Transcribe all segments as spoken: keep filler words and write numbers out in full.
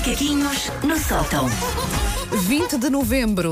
Macaquinhos no sótão. vinte de novembro,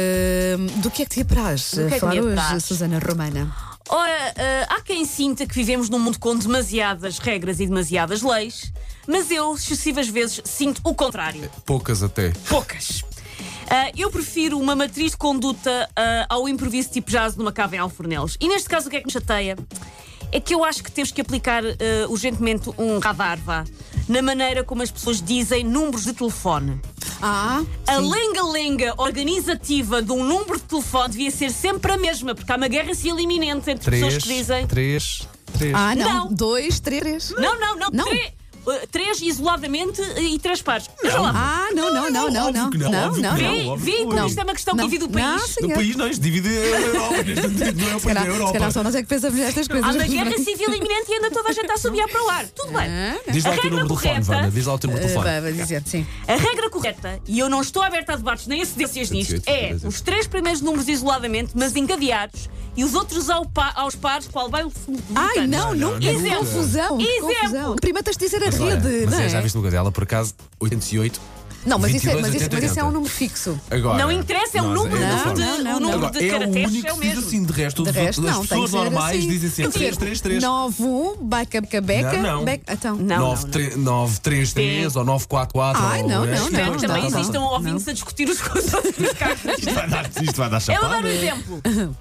uh, do que é que te apraz Do que é que falar me hoje, apraz? Susana Romana? Ora, eh, há quem sinta que vivemos num mundo com demasiadas regras e demasiadas leis, mas eu, excessivas vezes, sinto o contrário. Poucas até. Poucas. Ah, eu prefiro uma matriz de conduta ah, ao improviso tipo jazz numa cava em Alfornelos. E neste caso, o que é que me chateia? É que eu acho que temos que aplicar ah, urgentemente um radar, vá, na maneira como as pessoas dizem números de telefone. Ah, A sim. lenga-lenga organizativa de um número de telefone devia ser sempre a mesma, porque há uma guerra civil iminente entre Três, pessoas que dizem. três, três. Ah, não. Não. Dois, três. Não, não, não, Não. Três, uh, três isoladamente uh, e três pares. Veja lá. Ah, não, não, não, não, Óbvio não. que não, Não, óbvio não, que não. Vê, óbvio vê que como não. isto é uma questão que Não. divide o Não, país. senhor. No país não, isto divide a Europa. Não é o Se país calhar, da se Europa. calhar só nós é que pensamos nestas coisas. Há uma guerra civil iminente e anda toda a gente a subir para o ar. Tudo bem. Diz lá A o teu regra número de telefone, correta- Vanda. Diz lá o teu número de Uh, telefone. vai dizer, sim. A regra correta, e eu não estou aberta a debates nem a cedências nisto, é os três primeiros números isoladamente, mas encadeados, e os outros ao pa- aos pares, qual vai o Ai, não, não, não. não, Exemplo. nunca. Confusão. Exemplo. Confusão. Primeiro tens de dizer a Mas olha, rede, mas não é, é? já viste no lugar dela, por acaso, oitocentos e oito. Não, mas isso, é, vinte e dois, mas, isso, oitenta, mas isso é um oitenta. número fixo. Agora, Não interessa, é o nós- número, é o da número de, forma. não, o não. número Agora, de é o caracteres único é que o se diz mesmo. assim, de resto, De resto, as não, tem pessoas que ser normais assim. dizem sempre três, três, três. nove um, beca, beca, beca. Não, não. beca- Então. Não, não, nove, não. tre- nove, três, três Sim. ou nove, quatro, quatro. Ai, ou- não, é, não, isto Espero não, que também não, existam não. ouvintes a discutir os conjuntos dos carros. Isto vai dar, isto vai dar Eu vou dar chapada. um exemplo.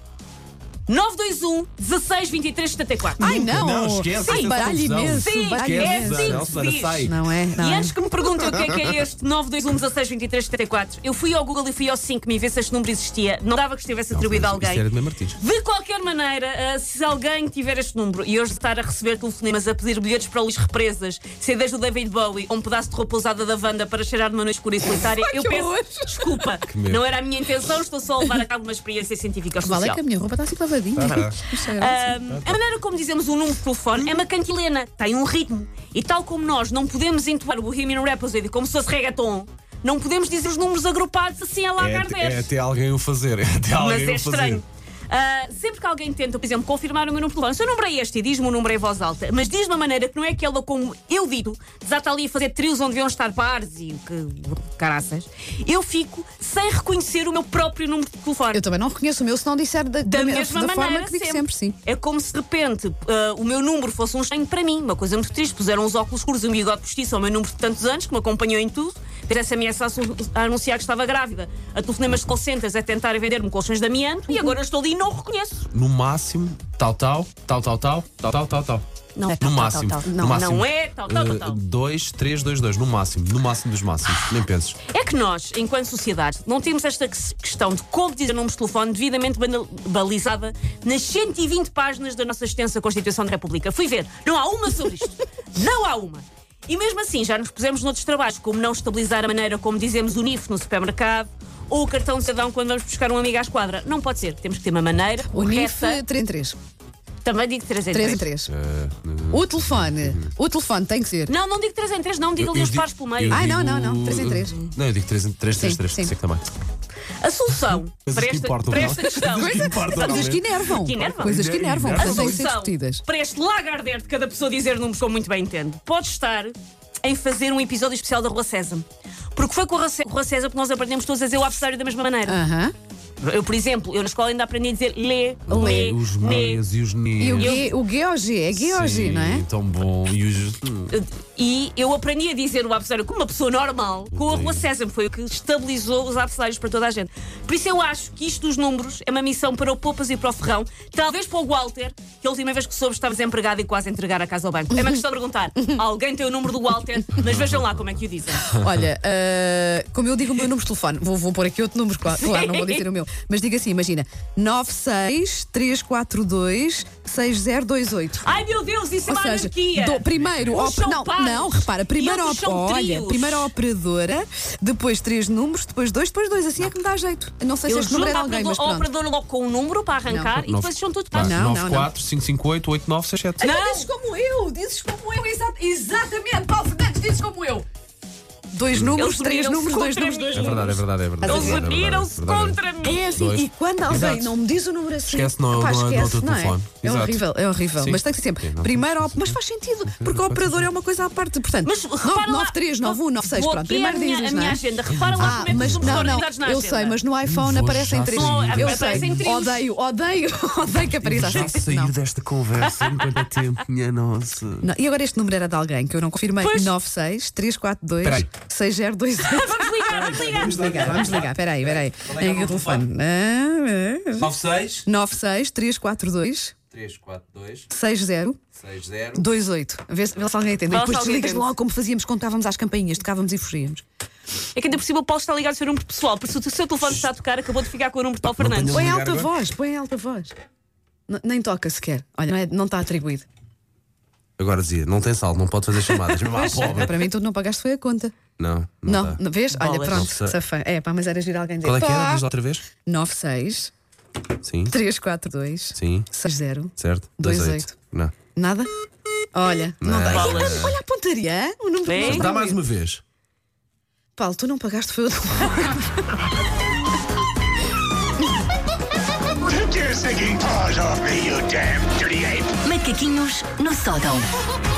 nove dois um, dezasseis, vinte e três, setenta e quatro. Ai, não. Não, esquece, Ai, essa baralho confusão. imenso. Sim, baralho é imenso. assim Não, que se Susana, diz. sai. Não é? Não E é. antes que me perguntem o que é que é este nove dois um, dezasseis, vinte e três, setenta e quatro, eu fui ao Google e fui ao cinco me ver se este número existia. Não dava que estivesse atribuído a Isto alguém. era de Mãe Martins. De qualquer maneira, uh, se alguém tiver este número e hoje estar a receber telefonemas a pedir bilhetes para Luís Represas, C Ds do David Bowie ou um pedaço de roupa usada da Wanda para cheirar numa noite escura e solitária, eu que peço horror. desculpa. medo. Não era a minha intenção, estou só a levar a cabo uma experiência científica Vale é social. que a minha roupa está assim lavadinha. Ah, Isto é Um, a maneira como dizemos o número de telefone é uma cantilena, tem um ritmo. E tal como nós não podemos entoar o Bohemian Rhapsody como se fosse reggaeton, não podemos dizer os números agrupados assim a É, lagarder. é até alguém o fazer. É até alguém Mas é o fazer. estranho. Ah, sempre que alguém tenta, por exemplo, confirmar o meu número de telefone, se eu número é este e diz-me o número em voz alta, mas diz de uma maneira que não é aquela como eu digo, desata ali a fazer trios onde deviam estar pares e que caraças, eu fico sem reconhecer o meu próprio número de telefone. Eu também não reconheço o meu se não disser da, Da me- mesma da maneira, forma que digo sempre, sim. É como se de repente ah, o meu número fosse um estranho para mim, uma coisa muito triste. Puseram uns óculos escuros e um bigode postiço ao meu número de tantos anos, que me acompanhou em tudo. Ter S M S a, su- a anunciar que estava grávida, a telefonemas de call centers a tentar vender-me colchões de amianto, e agora eu estou ali e não o reconheço. No máximo, tal, tal, tal, tal, tal, tal, tal, tal, tal. Não, No máximo. tal, tal. No Não, máximo. não é tal, tal, tal, tal. dois, três, dois, dois. No máximo. No máximo dos máximos. Nem penses. É que nós, enquanto sociedade, não temos esta que- questão de como dizer números de telefone devidamente banal- balizada nas cento e vinte páginas da nossa extensa Constituição da República. Fui ver, não há uma sobre isto. Não há uma. E mesmo assim, já nos pusemos noutros trabalhos, como não estabilizar a maneira como dizemos o N I F no supermercado, ou o cartão de cidadão quando vamos buscar um amigo à esquadra. Não pode ser. Temos que ter uma maneira O N I F correta. três em três. Também digo três em três em três. três. O telefone. O telefone tem que ser. Não, não digo três em três, não. Digo Eu- ali eu os digo- pares pelo meio. eu Ai, não, digo- não, não, três em três. Não, eu digo três em três, três, Sim, três. sim. Sei que também. A solução Coisas para que esta, importam, para não? esta questão. Coisas que importam, Coisas não que é? enervam. Que enervam. Coisas que enervam. A Portanto, têm que ser solução discutidas. para este lagarder de cada pessoa dizer números como muito bem entende pode estar em fazer um episódio especial da Rua Sésamo. Porque foi com a Rua Sésamo que nós aprendemos todos a dizer o abecedário da mesma maneira. Aham. Eu, por exemplo, eu na escola ainda aprendi a dizer lê, Lê. lê, Os lê. meias e os nês. E o G, o G O G, é G O G, Sim, não é? tão bom. E os... hum, E eu aprendi a dizer o abecedário como uma pessoa normal com a Rua Sésamo. Foi o que estabilizou os abecedários para toda a gente. Por isso eu acho que isto dos números é uma missão para o Poupas e para o Ferrão. Talvez para o Walter, que a última vez que soube estava desempregado e quase a entregar a casa ao banco. É uma questão de perguntar. Alguém tem o número do Walter? Mas vejam lá como é que o dizem. Olha, ah, como eu digo o meu número de telefone, vou, vou pôr aqui outro número, claro, claro, não vou dizer o meu, mas diga assim, imagina, nove seis três quatro dois seis zero dois oito. Ai meu Deus, isso é Ou uma seja, anarquia! do- primeiro, Uns op- são não, pares não, repara, primeiro, e outros op- são olha, trios. primeiro a operadora, depois três números, depois dois, depois dois, assim é que me dá jeito. Não sei se Eu este junto número é de ao alguém, operador, mas ao pronto. operador logo com um número para arrancar e Nove- depois são tudo Vá, pares. Não, não, nove quatro cinco cinco oito oito nove seis sete. Não. Dizes como eu, dizes como eu, exa- exatamente, Paulo Fernandes, dizes como eu. dois números, Eles três uniram-se números, dois contra números, dois mim. É verdade, é verdade, é verdade. Eles é verdade, é uniram-se verdade, é verdade. contra mim. É assim, Dois. e quando alguém Exato. não me diz o número assim, Esquece, não é o- pá, não é- não é o esquece, teu não é? telefone. É Exato. horrível, é horrível. Sim. Mas tem que ser sempre. Sim, não, Primeiro, sim, op- sim, mas sim. faz sentido, Sim, porque o faz operador sentido. é uma coisa à parte. Portanto, Mas repara lá. nove três nove um nove seis, Vou pronto. aqui Primeiro a minha, dizes, a não minha é? agenda. Repara lá Ah, como é que mas os não, não, unidades na eu agenda. sei, mas no iPhone Vou aparecem já três. sair. Eu Aparecem sei. trios. Odeio, odeio, odeio que apareça Já assim. sair Não. desta conversa enquanto é tempo, minha nossa. Não, e agora este número era de alguém que eu não confirmei. Pois. nove seis três quatro dois Peraí. seis zero dois oito. Vamos ligar, vamos ligar. Vamos ligar, vamos ligar. Espera aí, espera aí. Tem aqui o telefone. nove seis nove seis três quatro dois três quatro dois seis zero seis zero. dois oito. Vê se, vê se alguém atende. E Vê se depois alguém desligas atende. logo como fazíamos quando estávamos às campainhas, tocávamos e fugíamos. É que ainda por cima o Paulo está ligado ao seu número pessoal, porque se o seu telefone está a tocar, acabou de ficar com o número de Paulo Não Fernandes. tenho- Põe ligar alta agora? voz, põe alta voz. N- nem toca sequer. Olha, não, é- não está atribuído. Agora dizia, não tem saldo, não pode fazer chamadas. Mas, ah, pobre. Para mim, tu não pagaste foi a conta. Não, Não, não, dá. não vês? Olha, Bolas. pronto, Não sei. safei. É pá, mas era giro alguém dizer. Qual é que era? Pá! Diz lá outra vez? nove seis Sim, três quatro dois sim, seis zero. certo. Dois dois oito. oito. Não. Nada? Olha, não, Não. dá. Bolas. Olha a pontaria. O número Bem. não está Dá mais bem. uma vez. Paulo, tu não pagaste foi o Take your stinking paws off me, you damn dirty ape! Macaquinhos no sótão.